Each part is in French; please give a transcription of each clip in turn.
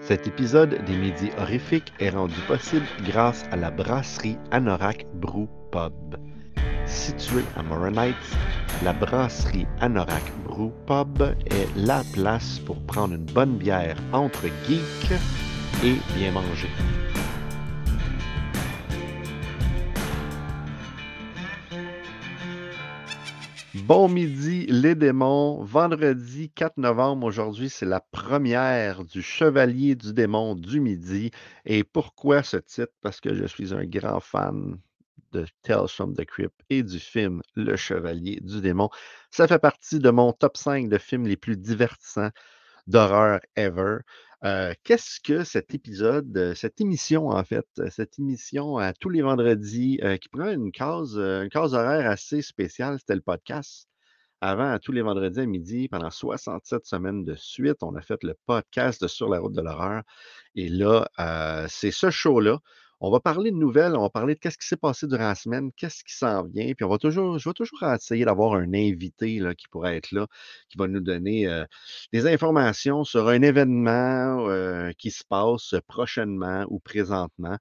Cet épisode des Midis Horrifiques est rendu possible grâce à la brasserie Anorak Brew Pub. Située à Morin Heights, la brasserie Anorak Brew Pub est la place pour prendre une bonne bière entre geeks et bien manger. Bon midi les démons, vendredi 4 novembre, aujourd'hui c'est la première du Chevalier du démon du midi. Et pourquoi ce titre? Parce que je suis un grand fan de Tales from the Crypt et du film Le Chevalier du démon. Ça fait partie de mon top 5 de films les plus divertissants d'horreur ever. Qu'est-ce que cet épisode, cette émission en fait, cette émission à tous les vendredis qui prend une case horaire assez spéciale, c'était le podcast. Avant, à tous les vendredis à midi, pendant 67 semaines de suite, on a fait le podcast de Sur la route de l'horreur. Et là, c'est ce show-là. On va parler de nouvelles, on va parler de qu'est-ce qui s'est passé durant la semaine, qu'est-ce qui s'en vient. Puis je vais toujours essayer d'avoir un invité là, qui pourrait être là, qui va nous donner des informations sur un événement qui se passe prochainement ou présentement.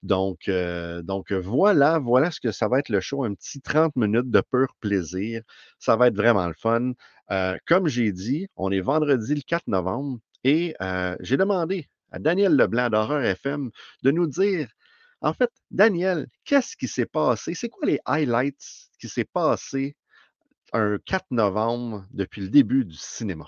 Donc voilà ce que ça va être le show, un petit 30 minutes de pur plaisir. Ça va être vraiment le fun. Comme j'ai dit, on est vendredi le 4 novembre et j'ai demandé à Daniel Leblanc d'Horreur FM de nous dire, en fait, Daniel, qu'est-ce qui s'est passé? C'est quoi les highlights qui s'est passé un 4 novembre depuis le début du cinéma?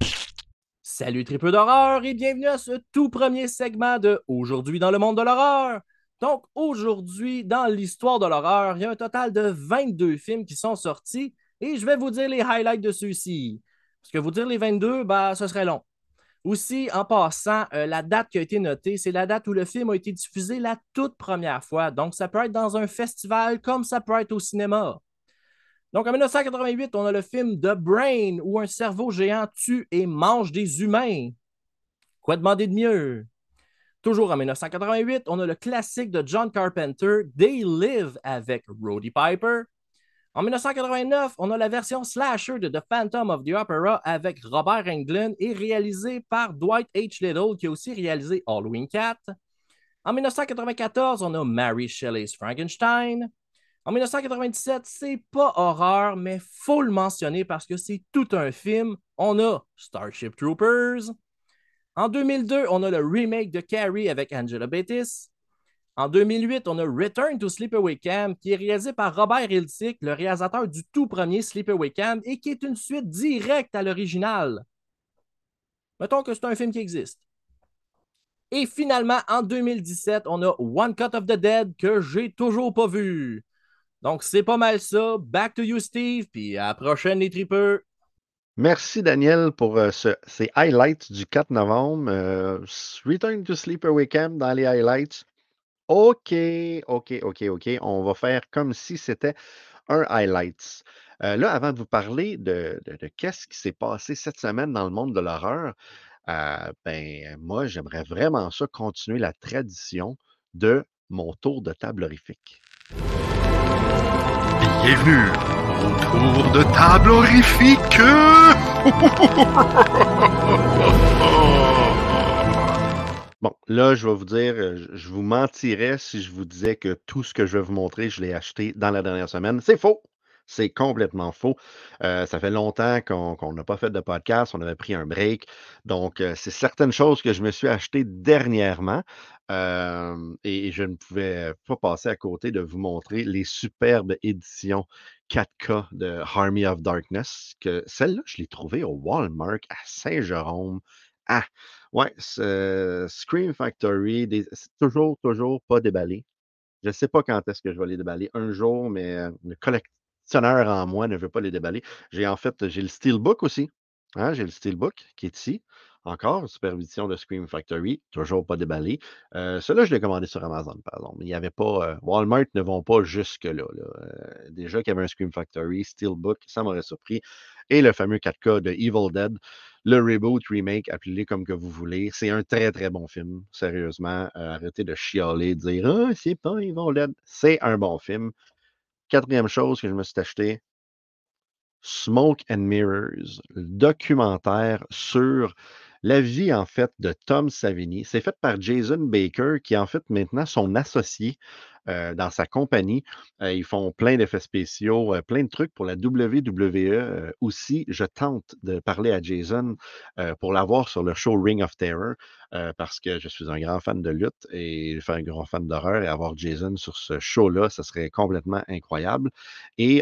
Salut tripeux d'horreur et bienvenue à ce tout premier segment de Aujourd'hui dans le monde de l'horreur. Donc aujourd'hui, dans l'histoire de l'horreur, il y a un total de 22 films qui sont sortis et je vais vous dire les highlights de ceux-ci. Parce que vous dire les 22, ce serait long. Aussi, en passant, la date qui a été notée, c'est la date où le film a été diffusé la toute première fois. Donc ça peut être dans un festival comme ça peut être au cinéma. Donc, en 1988, on a le film The Brain, où un cerveau géant tue et mange des humains. Quoi demander de mieux? Toujours en 1988, on a le classique de John Carpenter, They Live, avec Roddy Piper. En 1989, on a la version slasher de The Phantom of the Opera avec Robert Englund et réalisé par Dwight H. Little, qui a aussi réalisé Halloween 4. En 1994, on a Mary Shelley's Frankenstein. En 1997, c'est pas horreur, mais faut le mentionner parce que c'est tout un film. On a Starship Troopers. En 2002, on a le remake de Carrie avec Angela Bassett. En 2008, on a Return to Sleepaway Camp, qui est réalisé par Robert Hiltzik, le réalisateur du tout premier Sleepaway Camp, et qui est une suite directe à l'original. Mettons que c'est un film qui existe. Et finalement, en 2017, on a One Cut of the Dead, que j'ai toujours pas vu. Donc, c'est pas mal ça. Back to you, Steve, puis à la prochaine, les tripeux. Merci Daniel pour ces highlights du 4 novembre. Return to Sleepaway Camp dans les highlights. OK, OK, OK, OK. On va faire comme si c'était un highlights. Là, avant de vous parler de qu'est-ce qui s'est passé cette semaine dans le monde de l'horreur, moi, j'aimerais vraiment ça continuer la tradition de mon tour de table horrifique. Bienvenue au tour de table horrifique. Bon, là, je vais vous dire, je vous mentirais si je vous disais que tout ce que je vais vous montrer, je l'ai acheté dans la dernière semaine. C'est faux! C'est complètement faux. Ça fait longtemps qu'on n'a pas fait de podcast, on avait pris un break. Donc, c'est certaines choses que je me suis acheté dernièrement et je ne pouvais pas passer à côté de vous montrer les superbes éditions 4K de Army of Darkness, que celle-là, je l'ai trouvée au Walmart à Saint-Jérôme. Ah! Ouais, Scream Factory, c'est toujours pas déballé. Je ne sais pas quand est-ce que je vais les déballer un jour, mais le collectionneur en moi ne veut pas les déballer. J'ai le Steelbook aussi. Hein, j'ai le Steelbook qui est ici. Encore, supervision de Scream Factory, toujours pas déballé. Celui-là, je l'ai commandé sur Amazon, pardon. Mais il n'y avait pas. Walmart ne vont pas jusque-là. Là. Déjà qu'il y avait un Scream Factory, Steelbook, ça m'aurait surpris. Et le fameux 4K de Evil Dead, le reboot, remake, appelez-le comme que vous voulez. C'est un très, très bon film, sérieusement. Arrêtez de chialer, de dire ah, c'est pas Evil Dead. C'est un bon film. Quatrième chose que je me suis acheté, Smoke and Mirrors, le documentaire sur la vie, en fait, de Tom Savini. C'est fait par Jason Baker, qui est en fait maintenant son associé dans sa compagnie. Ils font plein d'effets spéciaux, plein de trucs pour la WWE. Aussi, je tente de parler à Jason pour l'avoir sur le show Ring of Terror, parce que je suis un grand fan de lutte et je suis un grand fan d'horreur, et avoir Jason sur ce show-là, ça serait complètement incroyable. Et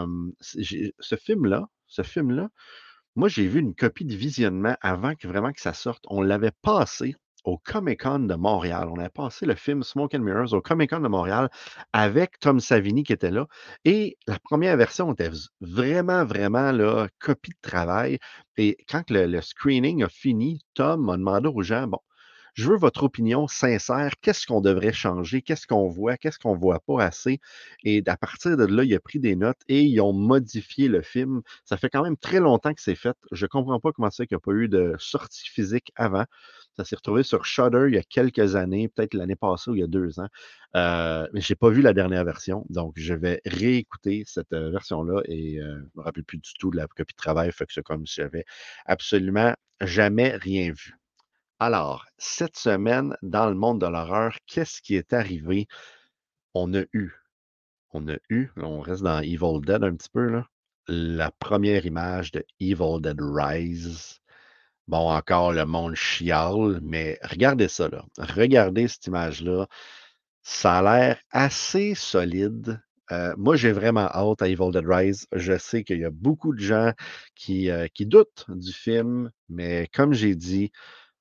ce film-là, moi, j'ai vu une copie de visionnement avant que vraiment que ça sorte. On l'avait passé au Comic-Con de Montréal. On avait passé le film Smoke and Mirrors au Comic-Con de Montréal avec Tom Savini qui était là. Et la première version était vraiment, vraiment là, copie de travail. Et quand le screening a fini, Tom m'a demandé aux gens, bon, je veux votre opinion sincère. Qu'est-ce qu'on devrait changer? Qu'est-ce qu'on voit? Qu'est-ce qu'on voit pas assez? Et à partir de là, il a pris des notes et ils ont modifié le film. Ça fait quand même très longtemps que c'est fait. Je comprends pas comment c'est qu'il n'y a pas eu de sortie physique avant. Ça s'est retrouvé sur Shudder il y a quelques années, peut-être l'année passée ou il y a 2 ans. Mais j'ai pas vu la dernière version, donc je vais réécouter cette version-là et je me rappelle plus du tout de la copie de travail, fait que c'est comme si j'avais absolument jamais rien vu. Alors, cette semaine, dans le monde de l'horreur, qu'est-ce qui est arrivé? On a eu, là, on reste dans Evil Dead un petit peu, là, la première image de Evil Dead Rise. Bon, encore le monde chiale, mais regardez ça, là. Regardez cette image-là. Ça a l'air assez solide. Moi, j'ai vraiment hâte à Evil Dead Rise. Je sais qu'il y a beaucoup de gens qui doutent du film, mais comme j'ai dit,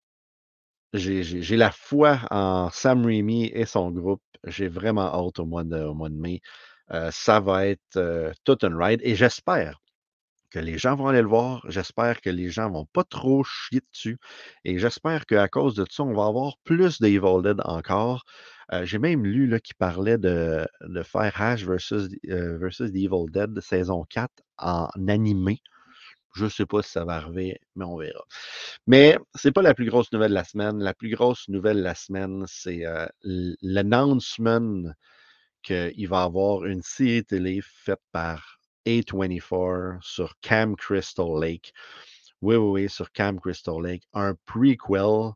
j'ai la foi en Sam Raimi et son groupe. J'ai vraiment hâte au mois de mai. Ça va être toute une ride et j'espère que les gens vont aller le voir. J'espère que les gens vont pas trop chier dessus. Et j'espère qu'à cause de ça, on va avoir plus de Evil Dead encore. J'ai même lu là, qui parlait de faire Ash versus The Evil Dead saison 4 en animé. Je ne sais pas si ça va arriver, mais on verra. Mais c'est pas la plus grosse nouvelle de la semaine. La plus grosse nouvelle de la semaine, c'est l'announcement qu'il va y avoir une série télé faite par A24 sur Camp Crystal Lake. Oui, oui, oui, sur Camp Crystal Lake. Un prequel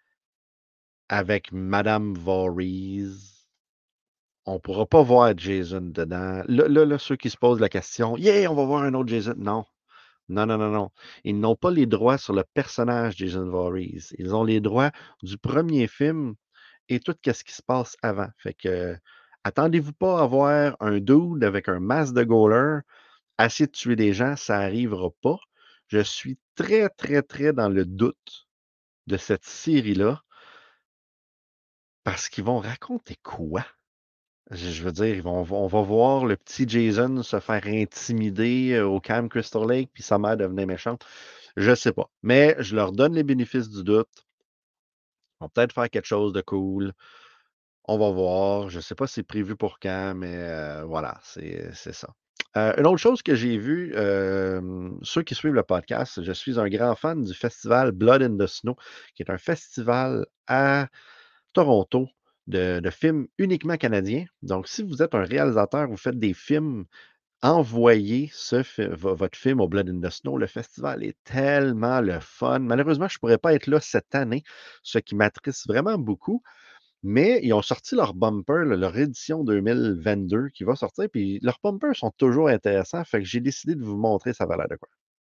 avec Madame Voorhees. On ne pourra pas voir Jason dedans. Là, ceux qui se posent la question, yeah, on va voir un autre Jason. Non, non, non, non, non. Ils n'ont pas les droits sur le personnage Jason Voorhees. Ils ont les droits du premier film et tout ce qui se passe avant. Fait que attendez-vous pas à voir un dude avec un masque de goaler essayer de tuer des gens, ça n'arrivera pas. Je suis très, très, très dans le doute de cette série-là parce qu'ils vont raconter quoi? Je veux dire, on va voir le petit Jason se faire intimider au Camp Crystal Lake, puis sa mère devenir méchante. Je sais pas. Mais je leur donne les bénéfices du doute. On va peut-être faire quelque chose de cool. On va voir. Je sais pas si c'est prévu pour quand, mais voilà, c'est ça. Une autre chose que j'ai vue, ceux qui suivent le podcast, je suis un grand fan du festival Blood in the Snow, qui est un festival à Toronto de films uniquement canadiens. Donc, si vous êtes un réalisateur, vous faites des films, envoyez votre film au Blood in the Snow. Le festival est tellement le fun. Malheureusement, je ne pourrais pas être là cette année, ce qui m'attriste vraiment beaucoup. Mais ils ont sorti leur bumper, là, leur édition 2022 qui va sortir. Puis leurs bumpers sont toujours intéressants. Fait que j'ai décidé de vous montrer ça va l'air de quoi.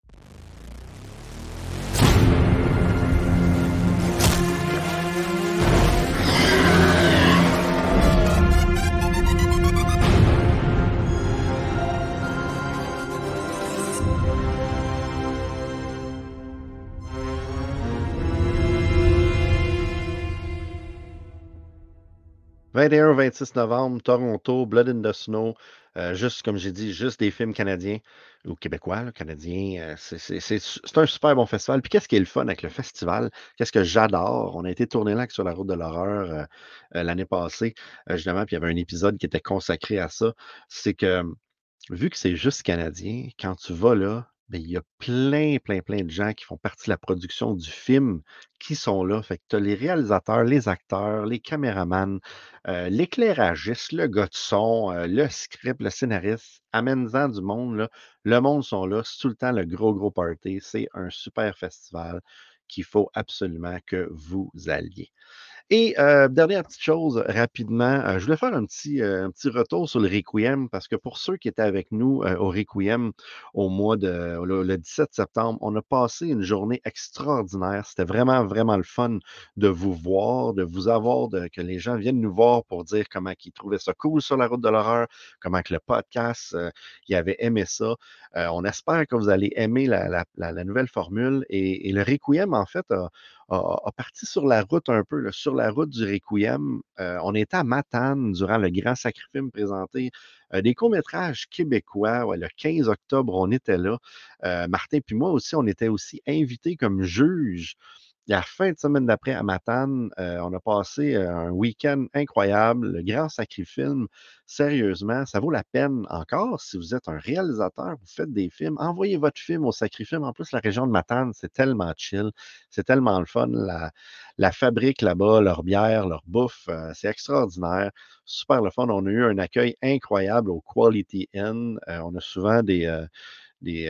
21-26 novembre, Toronto, Blood in the Snow. Juste, comme j'ai dit, juste des films canadiens ou québécois, là, canadiens. C'est un super bon festival. Puis qu'est-ce qui est le fun avec le festival? Qu'est-ce que j'adore? On a été tourné là sur la route de l'horreur l'année passée, justement, puis il y avait un épisode qui était consacré à ça. C'est que vu que c'est juste canadien, quand tu vas là, ben, il y a plein, plein, plein de gens qui font partie de la production du film qui sont là. Fait que tu as les réalisateurs, les acteurs, les caméramans, l'éclairagiste, le gars de son, le script, le scénariste. Amène-en du monde, là. Le monde sont là. C'est tout le temps le gros, gros party. C'est un super festival. qu'il faut absolument que vous alliez. Et dernière petite chose rapidement, je voulais faire un petit retour sur le Requiem parce que pour ceux qui étaient avec nous, au Requiem au mois de le 17 septembre, on a passé une journée extraordinaire. C'était vraiment, vraiment le fun de vous voir, de vous avoir, que les gens viennent nous voir pour dire comment ils trouvaient ça cool sur la route de l'horreur, comment que le podcast, ils avaient aimé ça. On espère que vous allez aimer la nouvelle formule et le Requiem, en fait, a parti sur la route un peu, là, sur la route du Requiem. On était à Matane durant le grand sacrifice présenté des courts-métrages québécois. Ouais, le 15 octobre, on était là. Martin puis moi aussi, on était aussi invités comme juges. La fin de semaine d'après à Matane, on a passé un week-end incroyable, le grand sacrifilm. Sérieusement, ça vaut la peine encore si vous êtes un réalisateur, vous faites des films, envoyez votre film au sacrifilm. En plus, la région de Matane, c'est tellement chill, c'est tellement le fun. La fabrique là-bas, leur bière, leur bouffe, c'est extraordinaire. Super le fun. On a eu un accueil incroyable au Quality Inn. On a souvent des,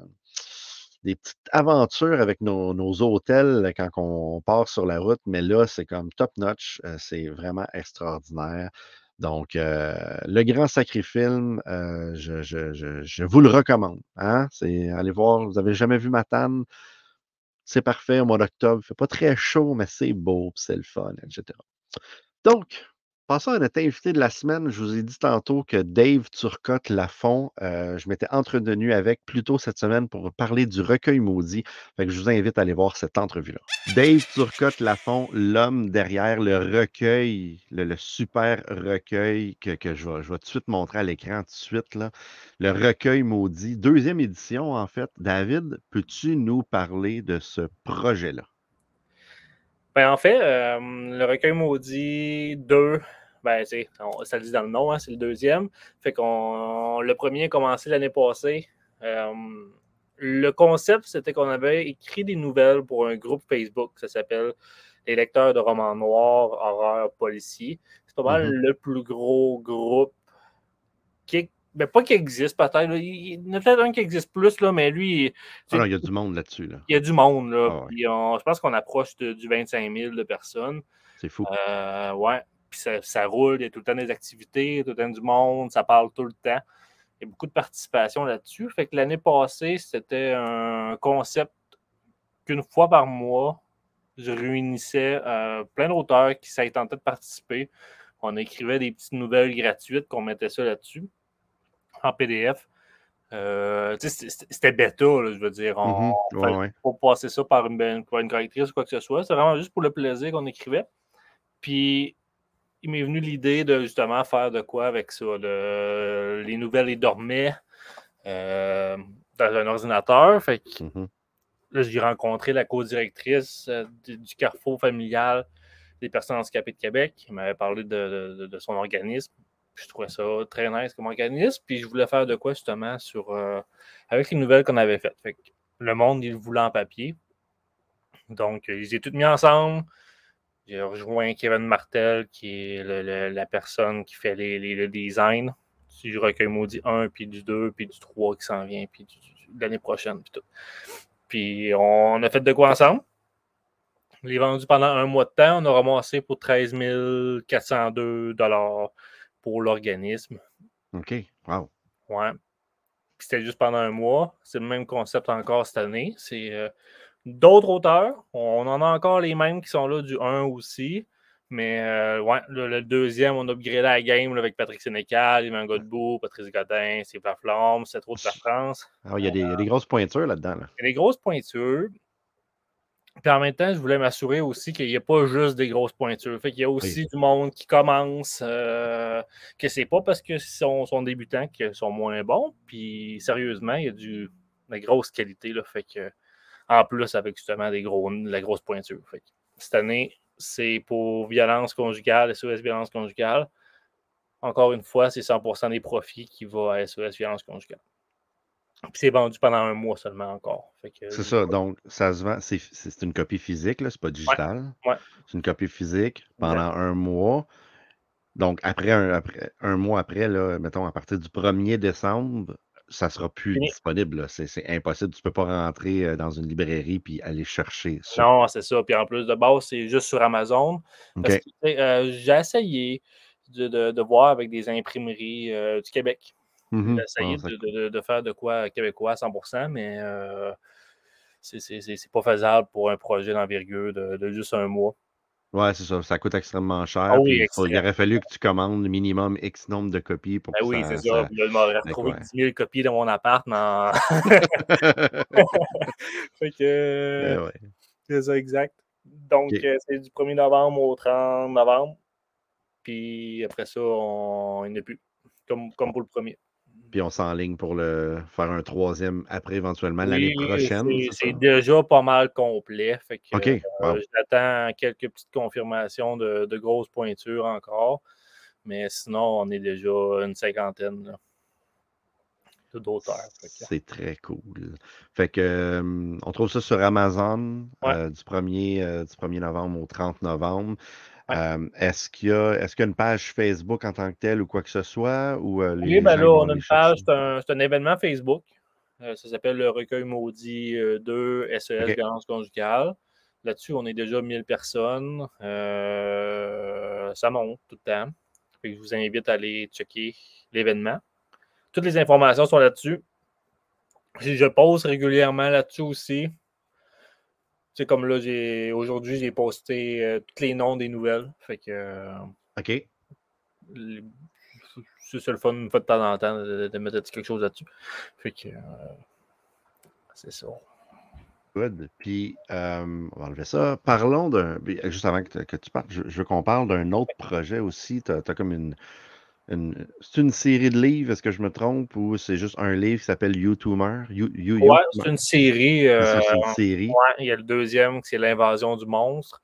des petites aventures avec nos hôtels quand on part sur la route, mais là, c'est comme top notch. C'est vraiment extraordinaire. Donc, le grand sacrifilm, je vous le recommande. Hein? Allez voir, vous n'avez jamais vu Matane, c'est parfait au mois d'octobre. Il ne fait pas très chaud, mais c'est beau, puis c'est le fun, etc. Donc, passons à notre invité de la semaine. Je vous ai dit tantôt que Dave Turcotte-Lafont, je m'étais entretenu avec plus tôt cette semaine pour parler du recueil maudit. Fait que je vous invite à aller voir cette entrevue-là. Dave Turcotte-Lafont, l'homme derrière le recueil, le super recueil que je vais tout de suite montrer à l'écran tout de suite, là. Le recueil maudit, deuxième édition en fait. David, peux-tu nous parler de ce projet-là? Ben, en fait, le recueil maudit 2, ben, ça le dit dans le nom, hein, c'est le deuxième. Fait qu'on le premier a commencé l'année passée. Le concept, c'était qu'on avait écrit des nouvelles pour un groupe Facebook. Ça s'appelle Les lecteurs de romans noirs, horreur, policiers. C'est pas mal le plus gros groupe ben, pas qui existe peut-être. Il y en a peut-être un qui existe plus, là, mais lui. Ah non, il y a du monde là-dessus. Là. Il y a du monde. Là, Ah ouais. puis je pense qu'on approche du 25 000 de personnes. C'est fou. Ouais. Puis ça roule, il y a tout le temps des activités, tout le temps du monde, ça parle tout le temps. Il y a beaucoup de participation là-dessus. Fait que l'année passée, c'était un concept qu'une fois par mois, je réunissais plein d'auteurs qui s'avaient tenté de participer. On écrivait des petites nouvelles gratuites qu'on mettait ça là-dessus, en PDF. C'était bêta, là, je veux dire. On fallait pas passer ça par une correctrice ou quoi que ce soit. C'est vraiment juste pour le plaisir qu'on écrivait. Puis, il m'est venu l'idée de justement faire de quoi avec ça. Les nouvelles, ils dormaient dans un ordinateur. Fait que là, j'ai rencontré la co-directrice du Carrefour familial des personnes handicapées de Québec. Il m'avait parlé de son organisme. Puis je trouvais ça très nice comme organisme. Puis je voulais faire de quoi justement avec les nouvelles qu'on avait faites. Fait que le monde, il le voulait en papier. Donc, ils les ai tous mis ensemble. J'ai rejoint Kevin Martel, qui est la personne qui fait le design du recueil maudit 1, puis du 2, puis du 3 qui s'en vient, puis de l'année prochaine, puis tout. Puis on a fait de quoi ensemble. On l'a vendu pendant un mois de temps. On a ramassé pour 13 402 $ pour l'organisme. OK. Wow. Ouais. Puis c'était juste pendant un mois. C'est le même concept encore cette année. C'est d'autres auteurs. On en a encore les mêmes qui sont là du 1 aussi. Mais ouais, le deuxième, on a upgradé la game là, avec Patrick Sénécal, Yvan Godbout, Patrice Godin, Steve Laflamme, c'est trop de la France. Ah, il y a des grosses pointures là-dedans. Là. Il y a des grosses pointures. Puis en même temps, je voulais m'assurer aussi qu'il n'y a pas juste des grosses pointures. Fait qu'il y a aussi du monde qui commence, que c'est pas parce qu'ils sont débutants qu'ils sont moins bons. Puis sérieusement, il y a de la grosse qualité. Là, fait que, en plus, avec justement la grosse pointure. Fait que, cette année, c'est pour violence conjugale, SOS violence conjugale. Encore une fois, c'est 100% des profits qui vont à SOS violence conjugale. Puis c'est vendu pendant un mois seulement encore. C'est ça, donc ça se vend, c'est une copie physique, là, c'est pas digital. Ouais. C'est une copie physique pendant un mois. Donc après un mois après, là, mettons à partir du 1er décembre, ça sera plus Fini. disponible. C'est impossible. Tu peux pas rentrer dans une librairie puis aller chercher ça. Non, c'est ça. Puis en plus de base, c'est juste sur Amazon. Parce OK. que j'ai essayé de voir avec des imprimeries du Québec. J'ai essayé de faire de quoi québécois à 100%, mais c'est pas faisable pour un projet d'envergure de juste un mois. Ouais, c'est ça. Ça coûte extrêmement Ah cher. oui, Puis il extrêmement. aurait fallu que tu commandes minimum X nombre de copies pour Ben que oui, c'est ça. ça. Puis là, je m'aurais Fait que retrouvé ouais. 10 000 copies dans mon appart. Mais... fait que Ben ouais. c'est ça, exact. Donc, OK. c'est du 1er novembre au 30 novembre. Puis après ça, il n'y en a plus. Comme pour le premier. Puis on s'enligne pour faire un troisième après, éventuellement, l'année Oui, prochaine, c'est c'est ça? déjà pas mal complet. Fait que OK. Wow. j'attends quelques petites confirmations de grosses pointures encore. Mais sinon, on est déjà une cinquantaine là, d'auteurs. C'est très cool. Fait que on trouve ça sur Amazon Ouais. du 1er novembre au 30 novembre. Ouais. Est-ce qu'il y a une page Facebook en tant que telle ou quoi que ce soit? Ou Oui, les ben gens là, ils vont on a aller une chercher? page, c'est un événement Facebook. Ça s'appelle le Recueil Maudit 2 SES OK. Violence Conjugale. Là-dessus, on est déjà 1000 personnes. Ça monte tout le temps. Fait que je vous invite à aller checker l'événement. Toutes les informations sont là-dessus. Je pose régulièrement là-dessus aussi. Tu sais, comme là, aujourd'hui, j'ai posté tous les noms des nouvelles. Fait que OK. c'est le fun une fois de temps en temps de mettre quelque chose là-dessus. Fait que c'est ça. Good. Puis, on va enlever ça. Parlons juste avant que tu partes, je veux qu'on parle d'un autre projet aussi. Tu as comme c'est une série de livres, est-ce que je me trompe, ou c'est juste un livre qui s'appelle YouTuber? Ouais, c'est une série. C'est ça, c'est une série. Ouais, il y a le deuxième, c'est l'Invasion du monstre.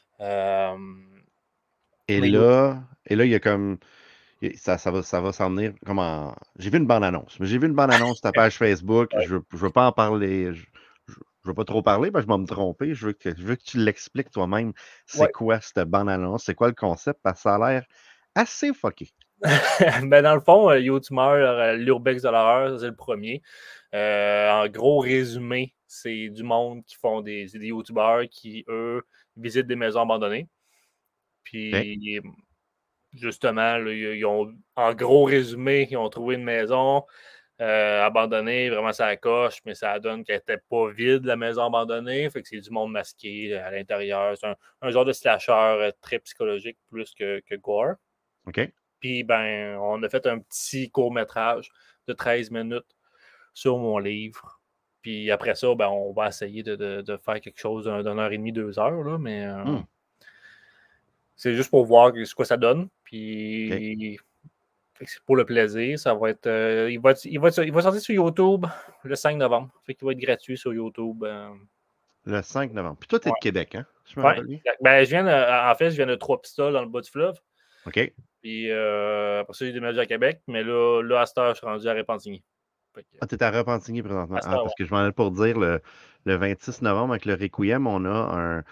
Et là, il y a comme. Ça va s'en venir comme en. J'ai vu une bande-annonce. Mais j'ai vu une bande-annonce sur ta page Facebook. Je veux pas en parler. Je veux pas trop parler parce que je vais me tromper. Je veux que tu l'expliques toi-même. C'est quoi cette bande-annonce? C'est quoi le concept? Parce que ça a l'air assez fucké. Ben, dans le fond, YouTuber, l'Urbex de l'horreur, ça, c'est le premier. En gros résumé, c'est du monde qui font des YouTubers qui, eux, visitent des maisons abandonnées. Puis, justement, là, ils ont, en gros résumé, ils ont trouvé une maison abandonnée, vraiment ça coche, mais ça donne qu'elle n'était pas vide, la maison abandonnée. Fait que c'est du monde masqué à l'intérieur. C'est un genre de slasher très psychologique plus que gore. OK. Puis, ben, on a fait un petit court-métrage de 13 minutes sur mon livre. Puis après ça, ben, on va essayer de faire quelque chose d'une heure et demie, 2 heures. Là, mais c'est juste pour voir ce que ça donne. Puis c'est pour le plaisir. Ça va être. Il va sortir sur YouTube le 5 novembre. Fait qu'il va être gratuit sur YouTube. Le 5 novembre. Puis toi, tu es de Québec, hein? Je me Ouais. rappelle bien. Ben, en fait, je viens de Trois-Pistoles dans le bas du fleuve. OK. Puis après ça, j'ai déménagé à Québec. Mais là à cette heure, je suis rendu à Repentigny. Ah, tu es à Repentigny présentement. À cette heure, Parce que je m'en allais pour dire le 26 novembre avec le Requiem, on a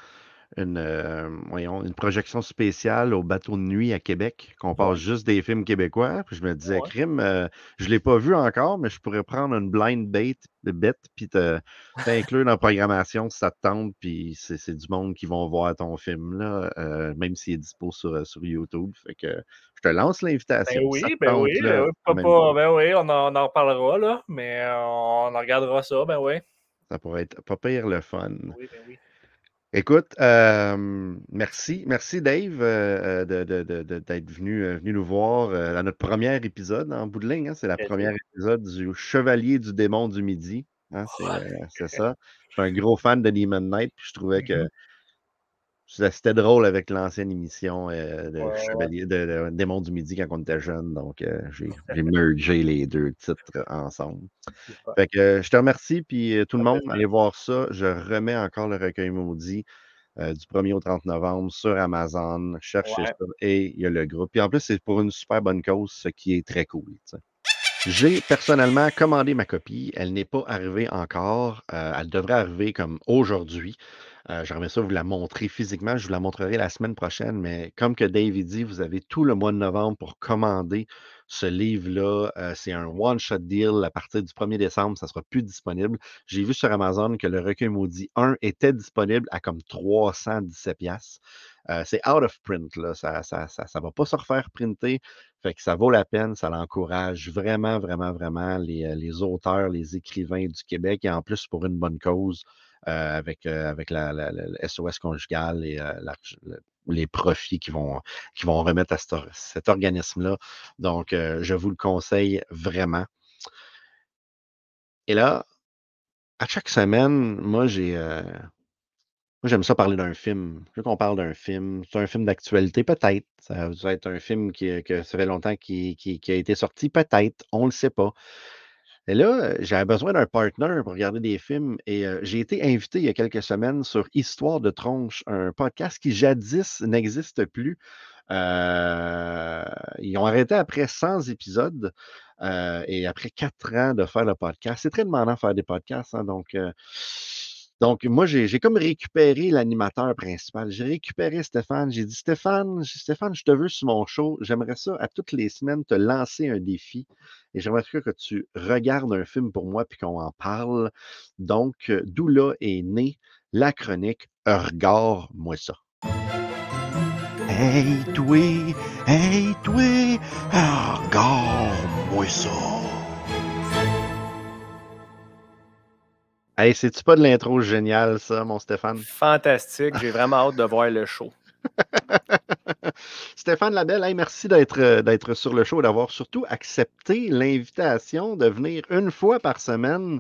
une projection spéciale au bateau de nuit à Québec, qu'on passe juste des films québécois. Puis je me disais, crime, je ne l'ai pas vu encore, mais je pourrais prendre une blind bet puis t'inclure dans la programmation si ça te tente. Puis c'est du monde qui vont voir ton film, là, même s'il est dispo sur YouTube. Fait que je te lance l'invitation. Ben oui, on en reparlera, là, mais on en regardera ça, ben oui. Ça pourrait être pas pire le fun. Oui, ben oui. Écoute, merci Dave d'être venu nous voir à notre premier épisode en bout de ligne. Hein, c'est le premier épisode du Chevalier du démon du midi. Hein, c'est ça. Je suis un gros fan de Demon Knight, puis je trouvais que c'était drôle avec l'ancienne émission de Chevalier de Démon du Midi quand on était jeune. Donc, j'ai mergé les deux titres ensemble. Fait que je te remercie, puis tout le monde, allez voir ça. Je remets encore le Recueil Maudit du 1er au 30 novembre sur Amazon. Cherchez ça et il y a le groupe. Puis en plus, c'est pour une super bonne cause, ce qui est très cool. T'sais. J'ai personnellement commandé ma copie. Elle n'est pas arrivée encore. Elle devrait arriver comme aujourd'hui. J'aimerais ça vous la montrer physiquement. Je vous la montrerai la semaine prochaine, mais comme que David dit, vous avez tout le mois de novembre pour commander ce livre-là. C'est un one-shot deal. À partir du 1er décembre, ça ne sera plus disponible. J'ai vu sur Amazon que le Recueil maudit 1 était disponible à comme 317$. C'est out of print, là. Ça va pas se refaire printer. Fait que ça vaut la peine, ça l'encourage vraiment, vraiment, vraiment les auteurs, les écrivains du Québec, et en plus pour une bonne cause, avec le SOS conjugal et les profits qu'ils vont remettre à cet organisme-là. Donc, je vous le conseille vraiment. Et là, à chaque semaine, moi, j'aime ça parler d'un film. Je veux qu'on parle d'un film. C'est un film d'actualité, peut-être. Ça va être un film que ça fait longtemps qui a été sorti, peut-être. On ne le sait pas. Et là, j'avais besoin d'un partner pour regarder des films et j'ai été invité il y a quelques semaines sur Histoire de tronche, un podcast qui jadis n'existe plus. Ils ont arrêté après 100 épisodes et après 4 ans de faire le podcast. C'est très demandant de faire des podcasts, hein, donc moi, j'ai comme récupéré l'animateur principal. J'ai récupéré Stéphane. J'ai dit, Stéphane, je te veux sur mon show. J'aimerais ça, à toutes les semaines, te lancer un défi. Et j'aimerais que tu regardes un film pour moi puis qu'on en parle. Donc, d'où là est née la chronique Regarde-moi ça. Hey, toi, regarde-moi ça. Hey, c'est-tu pas de l'intro génial, ça, mon Stéphane? Fantastique. J'ai vraiment hâte de voir le show. Stéphane Labelle, hey, merci d'être sur le show et d'avoir surtout accepté l'invitation de venir une fois par semaine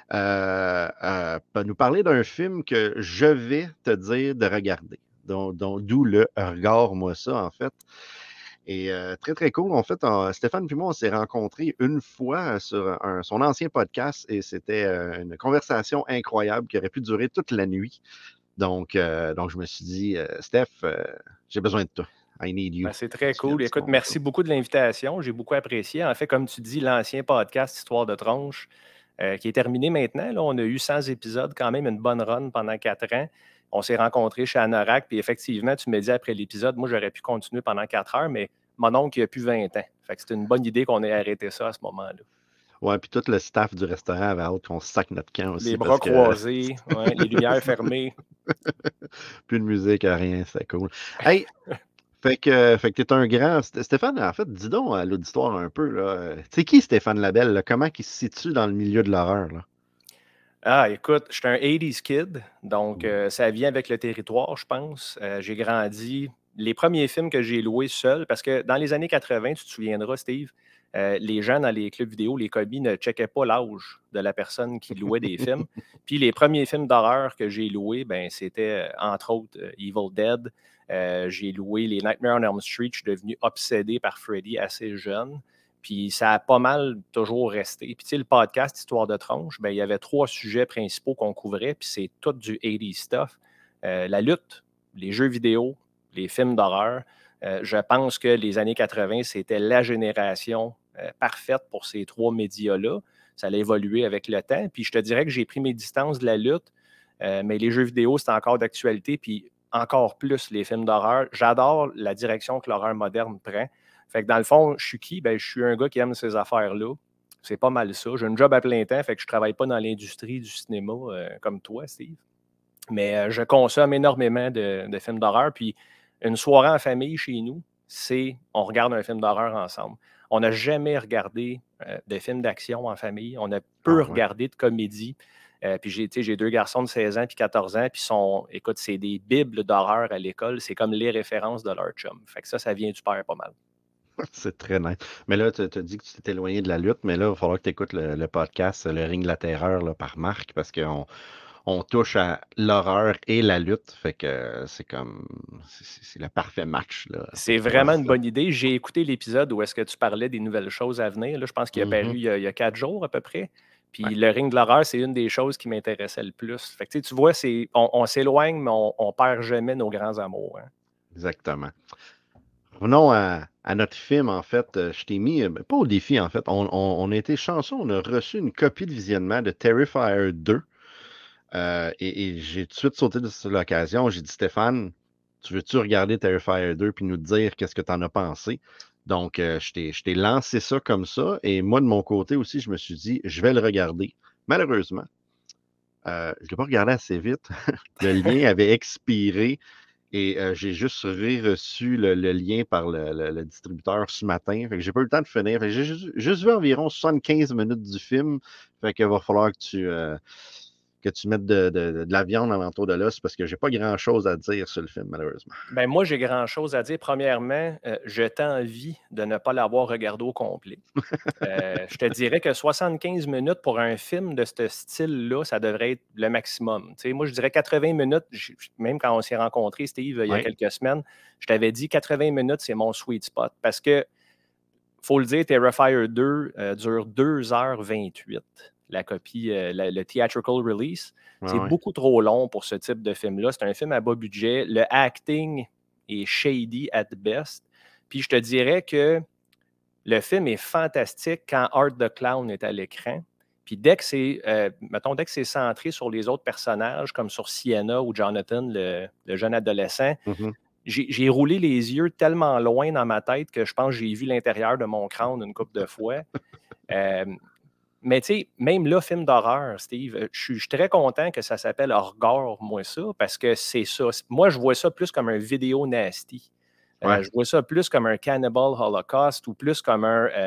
nous parler d'un film que je vais te dire de regarder. D'où le Regarde-moi ça, en fait. Et très, très cool. En fait, Stéphane et moi, on s'est rencontrés une fois sur son ancien podcast et c'était une conversation incroyable qui aurait pu durer toute la nuit. Donc je me suis dit, Steph, j'ai besoin de toi. I need you. Ben, c'est très cool. Écoute, merci beaucoup de l'invitation. J'ai beaucoup apprécié. En fait, comme tu dis, l'ancien podcast Histoire de tronche, qui est terminé maintenant. Là, on a eu 100 épisodes, quand même une bonne run pendant 4 ans. On s'est rencontrés chez Anorak, puis effectivement, tu me dis après l'épisode, moi, j'aurais pu continuer pendant 4 heures, mais mon oncle, il a plus 20 ans. Fait que c'était une bonne idée qu'on ait arrêté ça à ce moment-là. Ouais, puis tout le staff du restaurant avait hâte qu'on sac notre camp aussi. Les bras croisés, ouais, les lumières fermées. Plus de musique, rien, c'était cool. Hey! Fait que t'es un grand... Stéphane, en fait, dis donc à l'auditoire un peu, là. C'est qui Stéphane Labelle, là? Comment il se situe dans le milieu de l'horreur, là? Ah, écoute, je suis un 80s kid, donc ça vient avec le territoire, je pense. J'ai grandi... Les premiers films que j'ai loués seul, parce que dans les années 80, tu te souviendras, Steve, les gens dans les clubs vidéo, les commis, ne checkaient pas l'âge de la personne qui louait des films. Puis les premiers films d'horreur que j'ai loués, ben, c'était entre autres Evil Dead. J'ai loué les Nightmare on Elm Street. Je suis devenu obsédé par Freddy assez jeune. Puis ça a pas mal toujours resté. Puis tu sais, le podcast Histoire de tronche, ben, il y avait 3 sujets principaux qu'on couvrait, puis c'est tout du 80s stuff. La lutte, les jeux vidéo, les films d'horreur. Je pense que les années 80, c'était la génération parfaite pour ces 3 médias-là. Ça a évolué avec le temps. Puis je te dirais que j'ai pris mes distances de la lutte, mais les jeux vidéo, c'est encore d'actualité. Puis encore plus les films d'horreur. J'adore la direction que l'horreur moderne prend. Fait que dans le fond, je suis qui? Ben, je suis un gars qui aime ces affaires-là. C'est pas mal ça. J'ai un job à plein temps, fait que je travaille pas dans l'industrie du cinéma comme toi, Steve. Mais je consomme énormément de films d'horreur. Puis une soirée en famille chez nous, c'est on regarde un film d'horreur ensemble. On n'a jamais regardé de films d'action en famille. On a peu regardé de comédie. Puis j'ai 2 garçons de 16 ans puis 14 ans, puis écoute, c'est des bibles d'horreur à l'école. C'est comme les références de leur chum. Fait que ça vient du père pas mal. C'est très nice. Mais là, tu as dit que tu t'es éloigné de la lutte, mais là, il va falloir que tu écoutes le podcast Le Ring de la Terreur là, par Marc, parce qu'on touche à l'horreur et la lutte. Fait que c'est comme... C'est le parfait match. Là. C'est vraiment une bonne idée. J'ai écouté l'épisode où est-ce que tu parlais des nouvelles choses à venir. Là, je pense qu'il a paru il y a 4 jours à peu près. Puis le Ring de l'horreur, c'est une des choses qui m'intéressait le plus. Fait que tu vois, on s'éloigne, mais on perd jamais nos grands amours. Hein. Exactement. Revenons à notre film, en fait. Je t'ai mis, pas au défi, en fait. On a été chanceux, on a reçu une copie de visionnement de Terrifier 2. Et j'ai tout de suite sauté sur l'occasion. J'ai dit, Stéphane, tu veux-tu regarder Terrifier 2 puis nous dire qu'est-ce que tu en as pensé? Donc, je t'ai lancé ça comme ça. Et moi, de mon côté aussi, je me suis dit, je vais le regarder. Malheureusement, je ne l'ai pas regardé assez vite. Le lien avait expiré et j'ai juste reçu le lien par le distributeur ce matin. Fait que j'ai pas eu le temps de finir. Fait que j'ai juste vu environ 75 minutes du film. Fait qu'il va falloir que tu mettes de la viande alentour de l'os parce que j'ai pas grand-chose à dire sur le film, malheureusement. Ben moi, j'ai grand-chose à dire. Premièrement, je t'envie de ne pas l'avoir regardé au complet. Je te dirais que 75 minutes pour un film de ce style-là, ça devrait être le maximum. Tu sais, moi, je dirais 80 minutes, même quand on s'est rencontrés, Steve, il y a quelques semaines, je t'avais dit 80 minutes, c'est mon sweet spot. Parce que, faut le dire, Terrifier 2 dure 2h28. La copie, le theatrical release. C'est beaucoup trop long pour ce type de film-là. C'est un film à bas budget. Le acting est shady at best. Puis je te dirais que le film est fantastique quand Art the Clown est à l'écran. Puis dès que c'est centré sur les autres personnages, comme sur Sienna ou Jonathan, le jeune adolescent, j'ai roulé les yeux tellement loin dans ma tête que je pense que j'ai vu l'intérieur de mon crâne une couple de fois. Mais tu sais, même là, film d'horreur, Steve, je suis très content que ça s'appelle Horgore, moi, ça, parce que c'est ça. Moi, je vois ça plus comme un vidéo nasty. Je vois ça plus comme un Cannibal Holocaust ou plus comme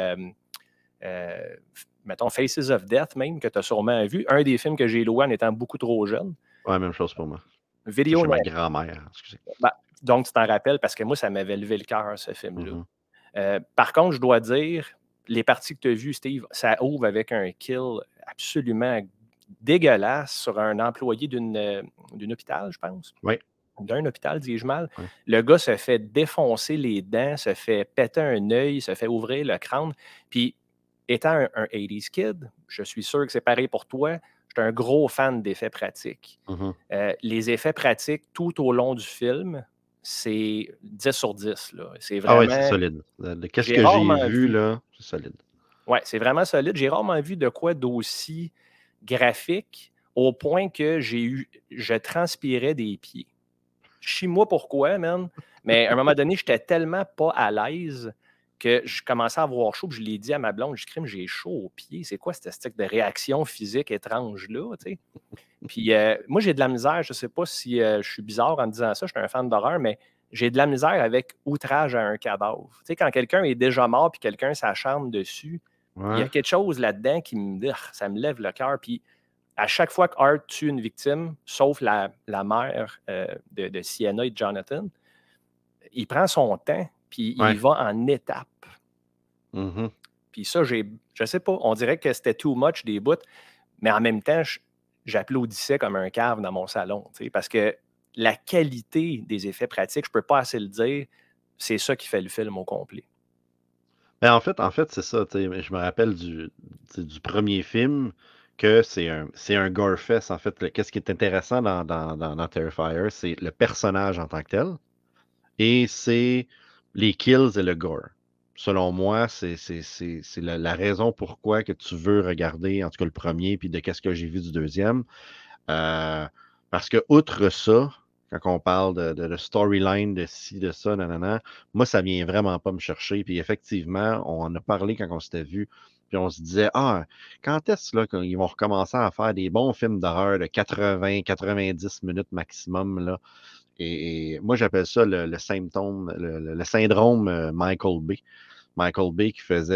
mettons, Faces of Death même, que tu as sûrement vu. Un des films que j'ai loué en étant beaucoup trop jeune. Ouais, même chose pour moi. Vidéo chez ma grand-mère, excusez. Donc, tu t'en rappelles parce que moi, ça m'avait levé le cœur, ce film-là. Par contre, je dois dire, les parties que tu as vues, Steve, ça ouvre avec un kill absolument dégueulasse sur un employé d'un hôpital, je pense. Oui. D'un hôpital, dis-je mal. Oui. Le gars se fait défoncer les dents, se fait péter un œil, se fait ouvrir le crâne. Puis, étant un 80s kid, je suis sûr que c'est pareil pour toi. Je suis un gros fan d'effets pratiques. Les effets pratiques tout au long du film, c'est 10 sur 10. Là. C'est vraiment... Ah oui, c'est solide. Qu'est-ce que j'ai vu, là, c'est solide. Oui, c'est vraiment solide. J'ai rarement vu de quoi d'aussi graphique au point que je transpirais des pieds. Chie-moi pourquoi, man. Mais à un moment donné, j'étais tellement pas à l'aise que je commençais à avoir chaud. Puis je l'ai dit à ma blonde, j'ai chaud aux pieds. C'est quoi cette style de réaction physique étrange-là? Tu sais? Puis moi, j'ai de la misère. Je ne sais pas si je suis bizarre en disant ça. Je suis un fan d'horreur, mais j'ai de la misère avec outrage à un cadavre. Tu sais, quand quelqu'un est déjà mort puis quelqu'un s'acharne dessus, il y a quelque chose là-dedans qui me dit, ça me lève le cœur. Puis à chaque fois que Art tue une victime, sauf la mère de Sienna et de Jonathan, il prend son temps, puis il va en étapes. Puis ça, je sais pas, on dirait que c'était too much des bouts, mais en même temps, j'applaudissais comme un cave dans mon salon, parce que la qualité des effets pratiques, je peux pas assez le dire, c'est ça qui fait le film au complet. Ben en fait c'est ça. Je me rappelle du premier film que c'est un gore-fest. En fait, qu'est-ce qui est intéressant dans Terrifier, c'est le personnage en tant que tel et c'est les kills et le gore. Selon moi, c'est la raison pourquoi que tu veux regarder, en tout cas le premier, puis de qu'est-ce que j'ai vu du deuxième. Parce que, outre ça, quand on parle de storyline, de ci, de ça, nanana, moi, ça vient vraiment pas me chercher. Puis effectivement, on en a parlé quand on s'était vu. Puis on se disait, quand est-ce là qu'ils vont recommencer à faire des bons films d'horreur de 80-90 minutes maximum, là? Et moi, j'appelle ça le symptôme, le syndrome Michael Bay. Michael Bay qui faisait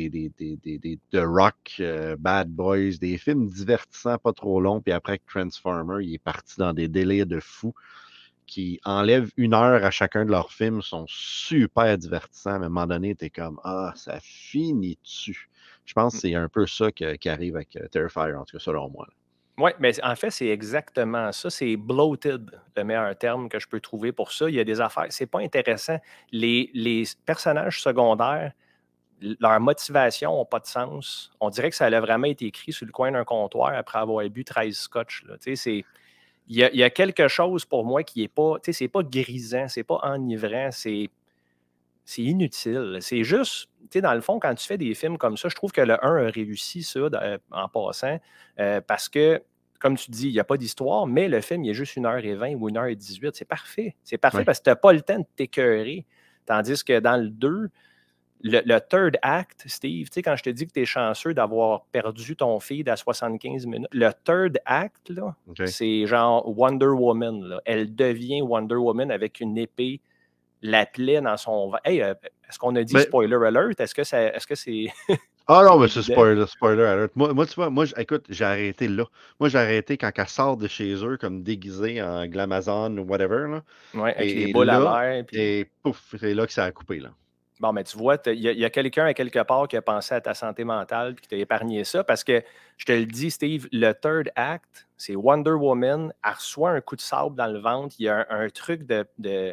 The Rock, Bad Boys, des films divertissants, pas trop longs, puis après Transformer, il est parti dans des délires de fou qui enlèvent 1 heure à chacun de leurs films, sont super divertissants, mais à un moment donné, t'es comme, ça finit-tu? Je pense que c'est un peu ça qui arrive avec Terrifier, en tout cas, selon moi. Oui, mais en fait, c'est exactement ça. C'est bloated, le meilleur terme que je peux trouver pour ça. Il y a des affaires, c'est pas intéressant. Les personnages secondaires, leur motivation n'a pas de sens. On dirait que ça a vraiment été écrit sur le coin d'un comptoir après avoir bu 13 scotch. Là. Il y a quelque chose pour moi qui n'est pas, c'est pas grisant, c'est pas enivrant, c'est inutile. C'est juste, dans le fond, quand tu fais des films comme ça, je trouve que le 1 a réussi ça en passant parce que comme tu dis, il n'y a pas d'histoire, mais le film, il est juste 1h20 ou 1h18. C'est parfait. C'est parfait parce que tu n'as pas le temps de t'écœurer. Tandis que dans le 2, le third act, Steve, tu sais, quand je te dis que tu es chanceux d'avoir perdu ton feed à 75 minutes, le third act, là, c'est genre Wonder Woman. Là. Elle devient Wonder Woman avec une épée, la plaie dans son... Hey, est-ce qu'on a dit spoiler alert? Est-ce que c'est... Ah non, mais c'est spoiler alert. Moi, tu vois, écoute, j'ai arrêté là. Moi, j'ai arrêté quand elle sort de chez eux comme déguisée en glamazon ou whatever. Là. Ouais, avec les boules à l'air. Puis... Et pouf, c'est là que ça a coupé. Là. Bon, mais tu vois, il y a quelqu'un à quelque part qui a pensé à ta santé mentale et qui t'a épargné ça parce que, je te le dis, Steve, le third act, c'est Wonder Woman, elle reçoit un coup de sable dans le ventre, il y a un truc de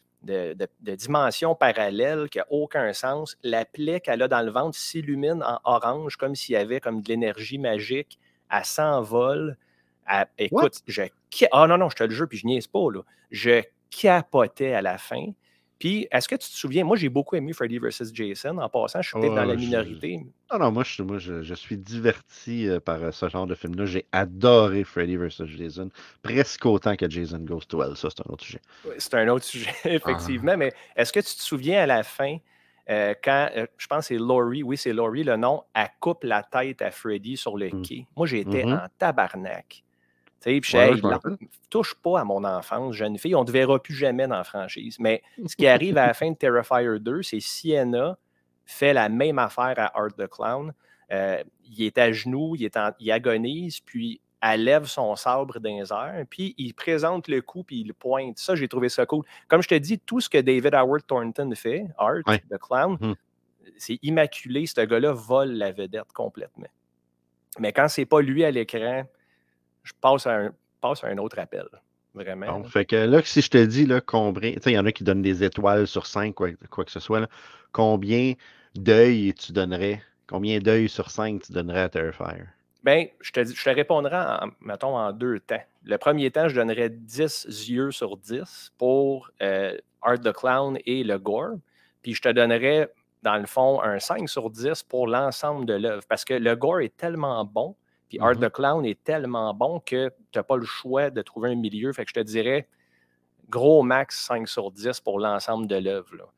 dimension parallèle qui n'a aucun sens. La plaie qu'elle a dans le ventre s'illumine en orange comme s'il y avait comme de l'énergie magique. Elle s'envole. Écoute, non, je te le jure, puis je niaise pas, là. Je capotais à la fin. Puis, est-ce que tu te souviens, moi, j'ai beaucoup aimé Freddy vs. Jason. En passant, je suis peut-être dans la minorité. Non, moi, je suis diverti par ce genre de film-là. J'ai adoré Freddy vs. Jason, presque autant que Jason Goes to Hell. Ça, c'est un autre sujet. Oui, c'est un autre sujet, effectivement. Mais est-ce que tu te souviens à la fin, quand, je pense que c'est Laurie, c'est Laurie, le nom, elle coupe la tête à Freddy sur le quai. Moi, j'étais en tabarnak. Puis touche pas à mon enfance, jeune fille, on ne te verra plus jamais dans la franchise. Mais ce qui arrive à la fin de Terrifier 2, c'est Sienna fait la même affaire à Art the Clown. Il est à genoux, il agonise, puis elle lève son sabre dans les airs, puis il présente le coup, puis il pointe. Ça, j'ai trouvé ça cool. Comme je te dis, tout ce que David Howard Thornton fait, Art the Clown, c'est immaculé. Ce gars-là vole la vedette complètement. Mais quand c'est pas lui à l'écran, je passe à un autre appel, vraiment. Bon, fait que là, si je te dis là, combien, tu sais, il y en a qui donnent des étoiles sur 5, quoi que ce soit, là, combien d'œils tu donnerais, combien d'œils sur 5 tu donnerais à Terrifier? Bien, je te répondrai, mettons, en 2 temps. Le premier temps, je donnerais 10 yeux sur 10 pour Art the Clown et le gore. Puis je te donnerais, dans le fond, un 5 sur 10 pour l'ensemble de l'œuvre. Parce que le gore est tellement bon, puis Art the Clown est tellement bon que tu n'as pas le choix de trouver un milieu. Fait que je te dirais, gros max 5 sur 10 pour l'ensemble de l'œuvre.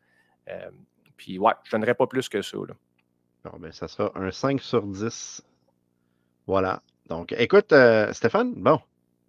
Puis ouais, je ne donnerais pas plus que ça. Là. Bon, ben, ça sera un 5 sur 10. Voilà. Donc, écoute, Stéphane, bon,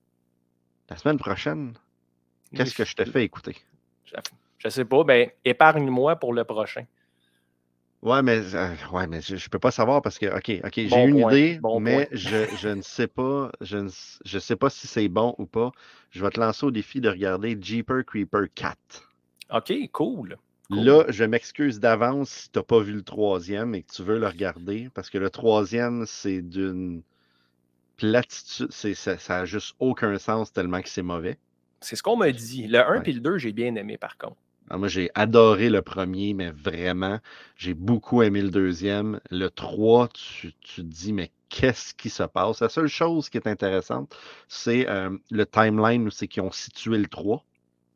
la semaine prochaine, qu'est-ce que je te fais écouter? Je sais pas, ben, épargne-moi pour le prochain. Ouais, mais je peux pas savoir parce que, OK, j'ai une idée, mais je ne sais pas, je sais pas si c'est bon ou pas. Je vais te lancer au défi de regarder Jeepers Creepers 4. OK, cool. Là, je m'excuse d'avance si tu n'as pas vu le troisième et que tu veux le regarder, parce que le troisième, c'est d'une platitude, ça n'a juste aucun sens tellement que c'est mauvais. C'est ce qu'on m'a dit. Le 1 et le 2, j'ai bien aimé par contre. Alors moi, j'ai adoré le premier, mais vraiment, j'ai beaucoup aimé le deuxième. Le 3, tu te dis, mais qu'est-ce qui se passe? La seule chose qui est intéressante, c'est le timeline où c'est qu'ils ont situé le 3.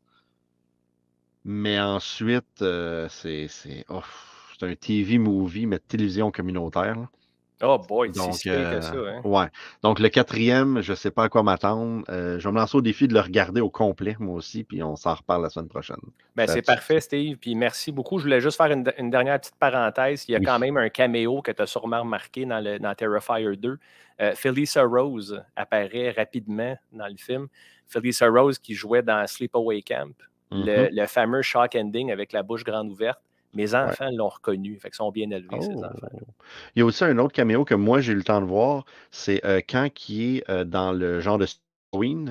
Mais ensuite, c'est un TV movie, mais télévision communautaire. Là. Oh boy, c'est si pire que ça. Hein? Ouais. Donc, le 4e, je ne sais pas à quoi m'attendre. Je vais me lancer au défi de le regarder au complet, moi aussi, puis on s'en reparle la semaine prochaine. Ben, c'est parfait, Steve, puis merci beaucoup. Je voulais juste faire une dernière petite parenthèse. Il y a quand même un caméo que tu as sûrement remarqué dans Terrifier 2. Felissa Rose apparaît rapidement dans le film. Felissa Rose qui jouait dans Sleepaway Camp, le fameux shock ending avec la bouche grande ouverte. Mes enfants l'ont reconnu, fait qu'ils sont bien élevés, ces enfants. Il y a aussi un autre caméo que moi, j'ai eu le temps de voir. C'est quand il est dans le genre de Halloween.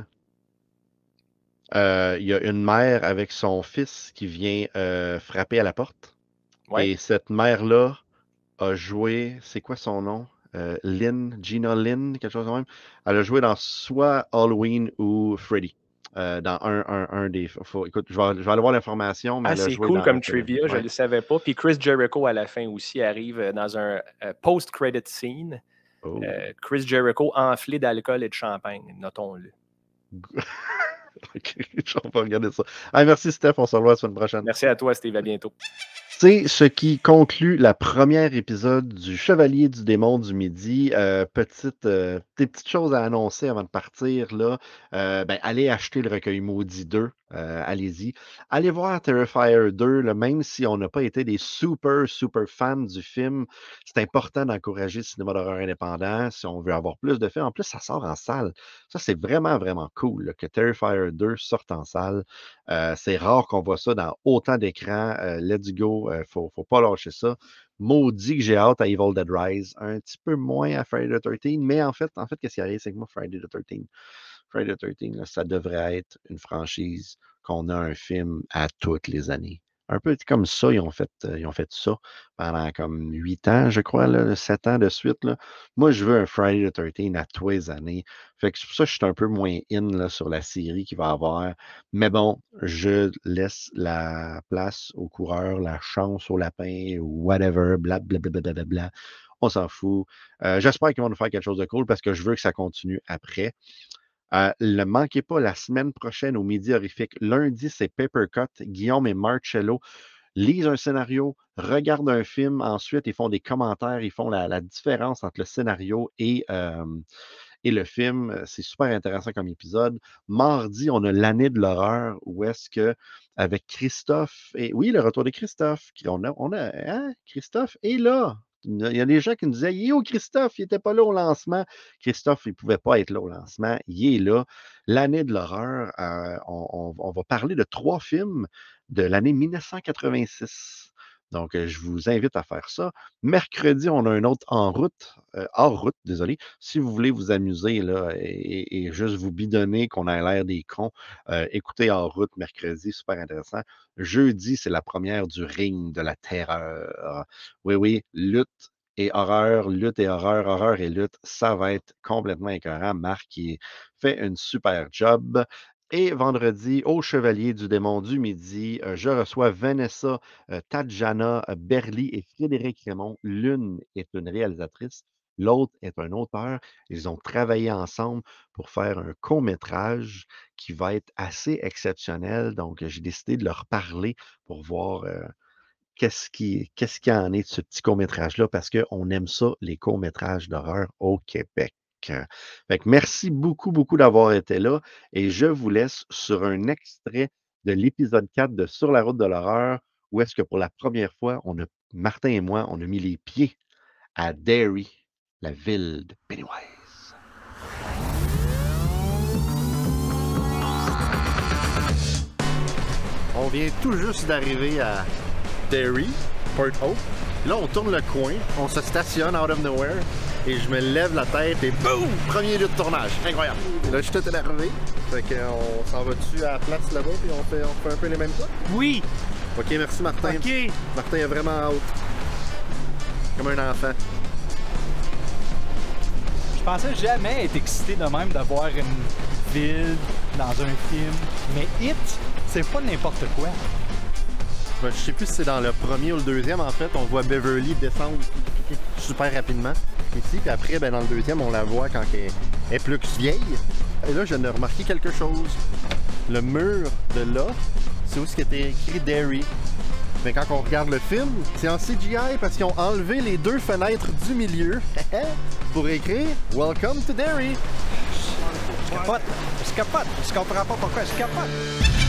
Il y a une mère avec son fils qui vient frapper à la porte. Ouais. Et cette mère-là a joué, c'est quoi son nom? Gina Lynn, quelque chose de même. Elle a joué dans soit Halloween ou Freddy. Dans un des... écoute, je vais aller voir l'information. Mais c'est cool comme trivia, je ne le savais pas. Puis Chris Jericho, à la fin aussi, arrive dans un post-credit scene. Oh. Chris Jericho enflé d'alcool et de champagne, notons-le. OK, je vais regarder ça. Allez, merci Steph, on se revoit la semaine prochaine. Merci à toi Steve, à bientôt. C'est ce qui conclut le premier épisode du Chevalier du démon du midi. Des petites choses à annoncer avant de partir, là. Allez acheter le recueil maudit 2. Allez-y. Allez voir Terrifier 2, là, même si on n'a pas été des super fans du film. C'est important d'encourager le cinéma d'horreur indépendant si on veut avoir plus de films. En plus, ça sort en salle. Ça, c'est vraiment, vraiment cool là, que Terrifier 2 sorte en salle. C'est rare qu'on voit ça dans autant d'écrans. Let's go. Faut pas lâcher ça. Maudit que j'ai hâte à Evil Dead Rise. Un petit peu moins à Friday the 13th. Mais en fait, qu'est-ce qui arrive, c'est que moi, Friday the 13th, là, ça devrait être une franchise qu'on a un film à toutes les années. Un peu comme ça, ils ont fait ça pendant comme 8 ans, je crois, là, 7 ans de suite. Là. Moi, je veux un Friday the 13th à tous les années. Fait que c'est pour ça que je suis un peu moins in là, sur la série qu'il va avoir. Mais bon, je laisse la place au coureur, la chance au lapin, whatever, blablabla. On s'en fout. J'espère qu'ils vont nous faire quelque chose de cool parce que je veux que ça continue après. Ne manquez pas la semaine prochaine au Midi Horrifique. Lundi, c'est Paper Cut. Guillaume et Marcello lisent un scénario, regardent un film, ensuite ils font des commentaires, ils font la différence entre le scénario et le film. C'est super intéressant comme épisode. Mardi, on a l'année de l'horreur où est-ce que avec Christophe, et oui, le retour de Christophe, Christophe est là. Il y a des gens qui nous disaient, il est où Christophe? Il n'était pas là au lancement. Christophe, il ne pouvait pas être là au lancement. Il est là. L'année de l'horreur, on va parler de 3 films de l'année 1986. Donc, je vous invite à faire ça. Mercredi, on a un autre hors route, désolé. Si vous voulez vous amuser là, et juste vous bidonner qu'on a l'air des cons, écoutez hors route mercredi, super intéressant. Jeudi, c'est la première du Ring de la terreur. Oui, lutte et horreur, horreur et lutte, ça va être complètement écœurant. Marc, qui fait une super job. Et vendredi, au Chevalier du démon du midi, je reçois Vanessa Tadjana Berly et Frédéric Raymond. L'une est une réalisatrice, l'autre est un auteur. Ils ont travaillé ensemble pour faire un court-métrage qui va être assez exceptionnel. Donc, j'ai décidé de leur parler pour voir qu'est-ce qu'il en est de ce petit court-métrage-là, parce qu'on aime ça, les courts-métrages d'horreur au Québec. Fait que merci beaucoup d'avoir été là et je vous laisse sur un extrait de l'épisode 4 de Sur la route de l'horreur, où est-ce que pour la première fois, Martin et moi, on a mis les pieds à Derry, la ville de Pennywise. On vient tout juste d'arriver à Derry, Port Hope. Là, on tourne le coin, on se stationne out of nowhere et je me lève la tête et boum! Premier lieu de tournage. Incroyable! Et là, je suis tout énervé. Fait qu'on s'en va-tu à la place là-bas et on fait un peu les mêmes plats? Oui! Ok, merci Martin. Ok! Martin est vraiment hâte. Comme un enfant. Je pensais jamais être excité de même d'avoir une ville dans un film. Mais It, c'est pas n'importe quoi. Je sais plus si c'est dans le premier ou le deuxième, en fait, on voit Beverly descendre super rapidement ici, puis après, dans le deuxième, on la voit quand elle est plus vieille. Et là, je viens de remarquer quelque chose. Le mur de là, c'est où ce qui était écrit Derry. Mais quand on regarde le film, c'est en CGI parce qu'ils ont enlevé les 2 fenêtres du milieu pour écrire Welcome to Derry. Je capote, je comprends pas pourquoi je capote.